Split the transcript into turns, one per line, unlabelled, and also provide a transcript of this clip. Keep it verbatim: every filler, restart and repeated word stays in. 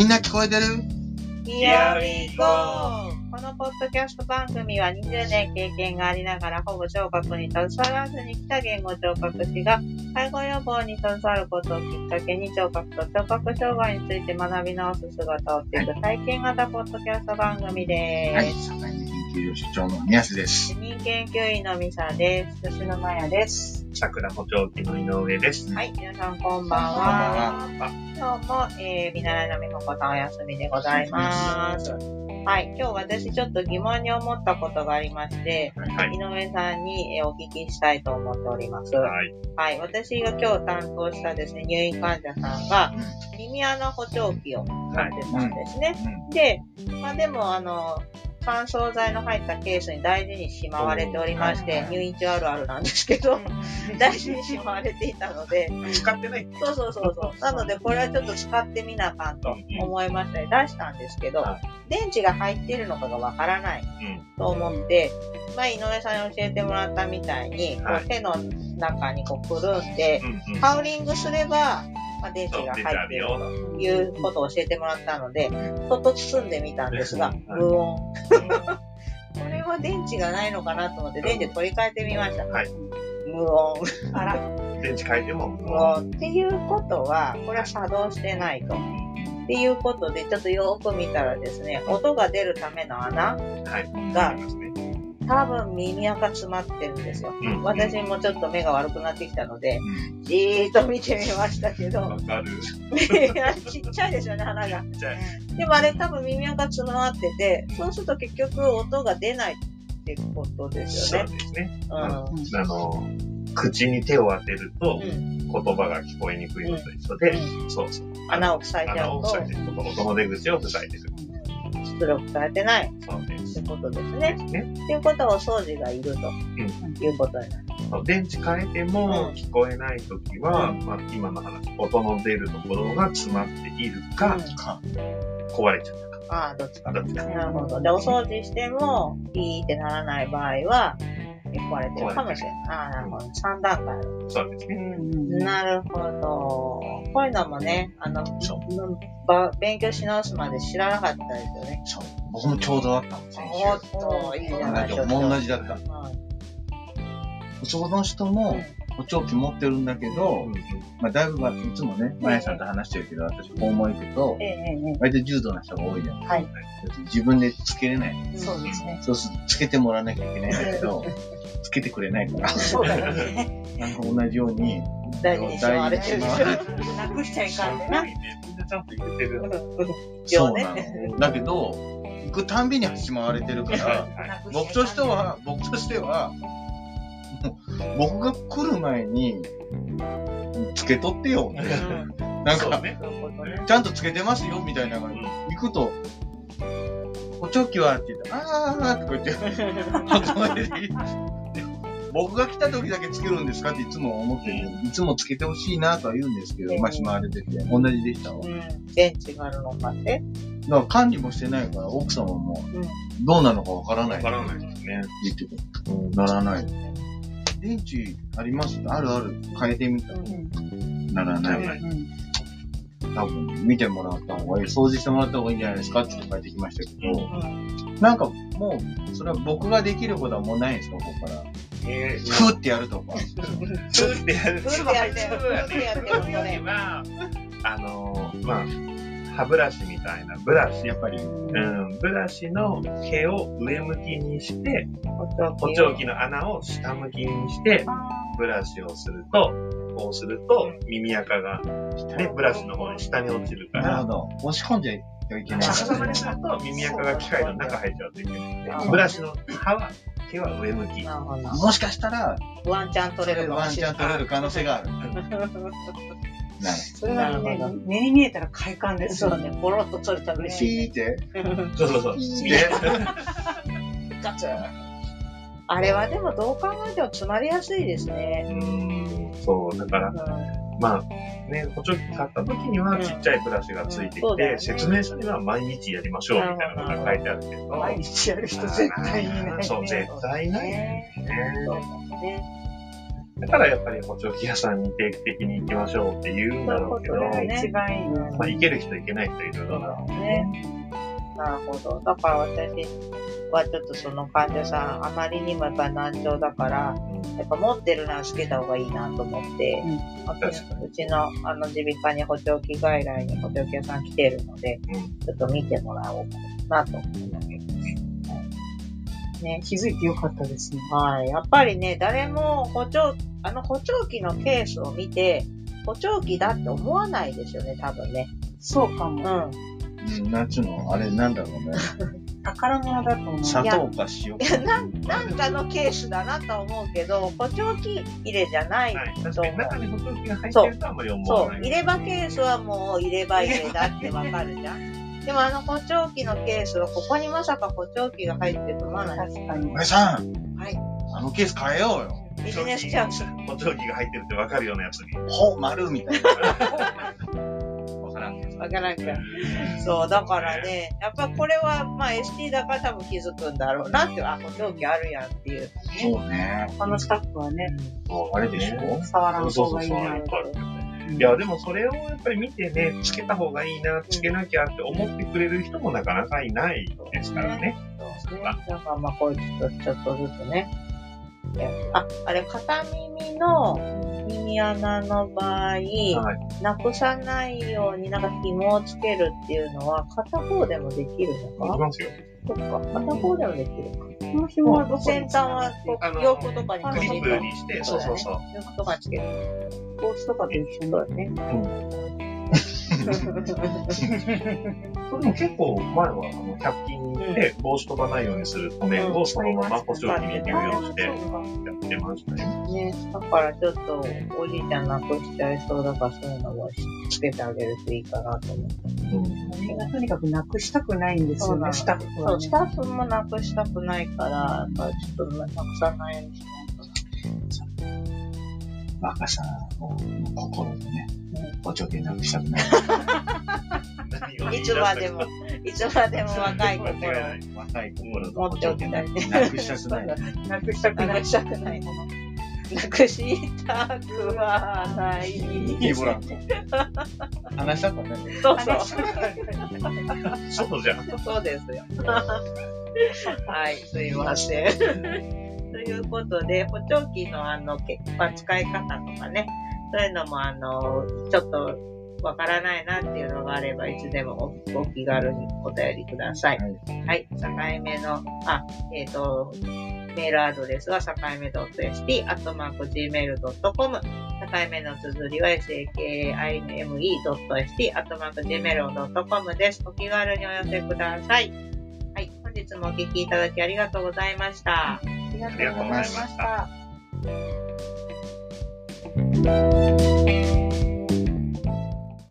みんな聞こえてる？
Here we go! このポッドキャスト番組はにじゅうねん経験がありながらほぼ聴覚に携わらずに来た言語聴覚士が介護予防に携わることをきっかけに聴覚と聴覚障害について学び直す姿を追っていく体験型ポッドキャスト番組です。
はい、社会人研究所所長の宮瀬です。
主任研究員のミサです。吉野真也です。
桜補聴器の井上です。
はい、皆さんこんばんは。今日も、えー、見習いの美穂子さんお休みでございます。はい、今日私ちょっと疑問に思ったことがありまして、はい、井上さんにお聞きしたいと思っております。はい。はい、私が今日担当したですね、入院患者さんが、耳穴補聴器を持ってたんですね。はいうん、で、まあでもあの、乾燥剤の入ったケースに大事にしまわれておりまして、入院中あるあるなんですけど、大事にしまわれていたので、
使ってない
そうそうそうそう。なので、これはちょっと使ってみなあかんと思いましたね。出したんですけど、電池が入っているのかがわからないと思って、まあ、井上さんに教えてもらったみたいに、こう手の中にこうくるんで、ハウリングすれば、まあ、電池が入っているということを教えてもらったので、外包んでみたんですが、無音。これは電池がないのかなと思って、電池取り替えてみました。はい、無音。
あら。電池変えても無
音。っていうことは、これは作動してないと。っていうことで、ちょっとよーく見たらですね、音が出るための穴が、多分耳垢詰まってるんですよ。うん、私もちょっと目が悪くなってきたので、うん、じーっと見てみましたけど。
わかる。
ちっちゃいですよね、鼻が。ちっちゃい。でもあれ多分耳垢詰まってて、そうすると結局音が出ないってことですよね。
そうですね。うん、あの、口に手を当てると、言葉が聞こえにくいのと一緒で、うん、そうそう。
穴を塞いじゃうと。
穴を塞いでる。音の出口を塞いでる。
出力されてない。
そうです。
ってことですね。ねっていうことはお掃除がいると、うん、いうことになる。
電池変えても聞こえないときは、うんまあ、今の話、音の出るところが詰まっているか、うん、壊れちゃったか。
ああ、どっちか。どっちか。なるほど。で、お掃除しても、ピーってならない場合は、壊れてるかもしれない。ああ、なるほど。さん段階ある。
そうですね。
なるほど。こういうのもね、あの、勉強し直すまで知らなかったですよね。
そう。僕もちょうどあったんですよ。
おっと、いいじゃないですか。
同じだった。その人も補聴器持ってるんだけど、まあだいぶ、いつもね、まやさんと話してるけど、私、訪問行くと、割と重度な人が多いじゃないですか。自分でつけれない。
そうですね。
そうすると、つけてもらわなきゃいけないんだけど、つけてくれないから。
そうだよね。
なんか同じように、
大事にしまわれてる。なくしちゃいかんね。
みんなちゃんと言ってる。
そうなの。だけど、行くたんびにしまわれてるから、僕としては、僕としては、僕が来る前に、つけとってよ。なんか、ちゃんとつけてますよ、みたいなのが、行くと、補聴器はって言って、あーとか言って、僕が来た時だけつけるんですかっていつも思ってて、いつもつけてほしいなとは言うんですけど、まあ、しまわれてて、同じでしたわ。
電池があるのかって。
だから管理もしてないから、奥様も、どうなのかわからない。
わからないですね。
言ってて、ならない。電池ありますあるある。変えてみたら、ならない。多分、見てもらった方がいい。掃除してもらった方がいいんじゃないですかって書いてきましたけど、なんかもう、それは僕ができることはもうないんですか、ここから。えー、ふーってやるとか。
ふーってやる。
ふーってやる。ふーってやる。ふーってやる。
は、あのー、まあ、歯ブラシみたいなブラシ。
やっぱり。
うん、ブラシの毛を上向きにして、補聴器の穴を下向きにして、ブラシをすると、こうすると、耳垢が、ね、ブラシの方に下に落ちるから。
なるほど。押し込んじゃいけない。
逆さまにすると、耳垢が機械の中入っちゃうといけないので、ブラシの刃は、毛は上向き。
もしかしたら、
ワンチャン取れるかもしれない。
ワンチャン取れる可能性がある。
それはね、目に見えたら快感ですよね。ポロッと取れたら嬉しい。
ピーって。
そうそうそう。ピーって。
ガツン。あれはでもどう考えても詰まりやすいですね。
うん、そう。だから、まあ、ね、補聴器買った時にはちっちゃいブラシがついてきて、説明書には毎日やりましょうみたいなのが書いてあるけど。
毎日やる人絶対いない。
そう、絶対いないね。
そうね。
だからやっぱり補聴器屋さんに定期的に行きましょうって言うんだろうけど、
そういうことだよね。
まあ行ける人行けない人いるだろう
ね。なるほど。だから私はちょっとその患者さん、あまりにもやっぱ難聴だから、やっぱ持ってるのはつけた方がいいなと思って、うん、うちのあの耳鼻科に補聴器外来に補聴器屋さん来てるので、うん、ちょっと見てもらおうかなと思うんだけどね。
ね、気づいてよかったですね。
はい。やっぱりね、誰も補聴、あの補聴器のケースを見て、補聴器だって思わないですよね、多分ね。
そうかも。
うん。
なんちゅうのあれなんだろうね。
宝物だと思う。
砂糖か塩か。
いや、なん、なんかのケースだなと思うけど、補聴器入れじゃないと思う。
確かに中に補聴器が入ってるとあんまり思わない。
そう。入れ歯ケースはもう入れ歯入れだってわかるじゃん。でもあの補聴器のケースはここにまさか補聴器が入ってると思わない。
確かに。
おさん。
はい。
あのケース変えようよ。
ビジネスチャンス。
補聴器が入ってるってわかるようなやつに。
ほ、丸みたいな。わからんけど。
わからんけど。そう、だからね、やっぱこれは、まあ エスティー だから多分気づくんだろうなって、あ、補聴器あるやんっていう。
そうね。
他のスタッフはね、
あれでしょ
触らん方がいいなって。
いや、でもそれをやっぱり見てね、つけた方がいいな、つけなきゃって思ってくれる人もなかなかいないですからね。
そうね。だからまあこういうちょっと、ちょっとずつね。あ、あれ、片耳の耳穴の場合、はい、なくさないようになんか紐をつけるっていうのは片方でもできるのか？
できますよ。
そっか、片方でもできるか。
この紐はどこに
先端はこう洋服とかに
クリップにして、そうそうそう。
洋服とかにつける。
帽子とかと一緒だよね。
うんそれも結構前はあのひゃく均で帽子飛ばないようにする留め具をそのまま補聴器に入用してやってましたね。
ね、だからちょっとおじいちゃんなくしちゃいそうだからそういうのもつけてあげるといいかなと思って。
うん、とにかくなくしたくないんですよね、スタッフは、ね。
そう、スタッフもなくしたくないから、ちょっとなくさないようにしないとな。
若さの心でね。補聴器なくしたくない。
いつまでも、いつまでも若い心。
若い心
持っておきたい。
なくしたくない。
なくしたくない。
なくしたくないもの。なくしたくはない。
いいボランコ。話したくない。
そうそう。
そうじゃん。
そうですよ。はい、すいません。ということで、補聴器のあの、まあ、使い方とかね、そういうのも、あの、ちょっとわからないなっていうのがあれば、いつでもお, お気軽にお便りください。はい。境目の、あ、えっ、ー、と、メールアドレスは、境目 .st、アットマーク ジーメールドットコム。境目の綴りは、sakime.st、アットマーク ジーメールドットコム です。お気軽にお寄せください。はい。本日もお聞きいただきありがとうございました。
ありがとうございました。
Thank you.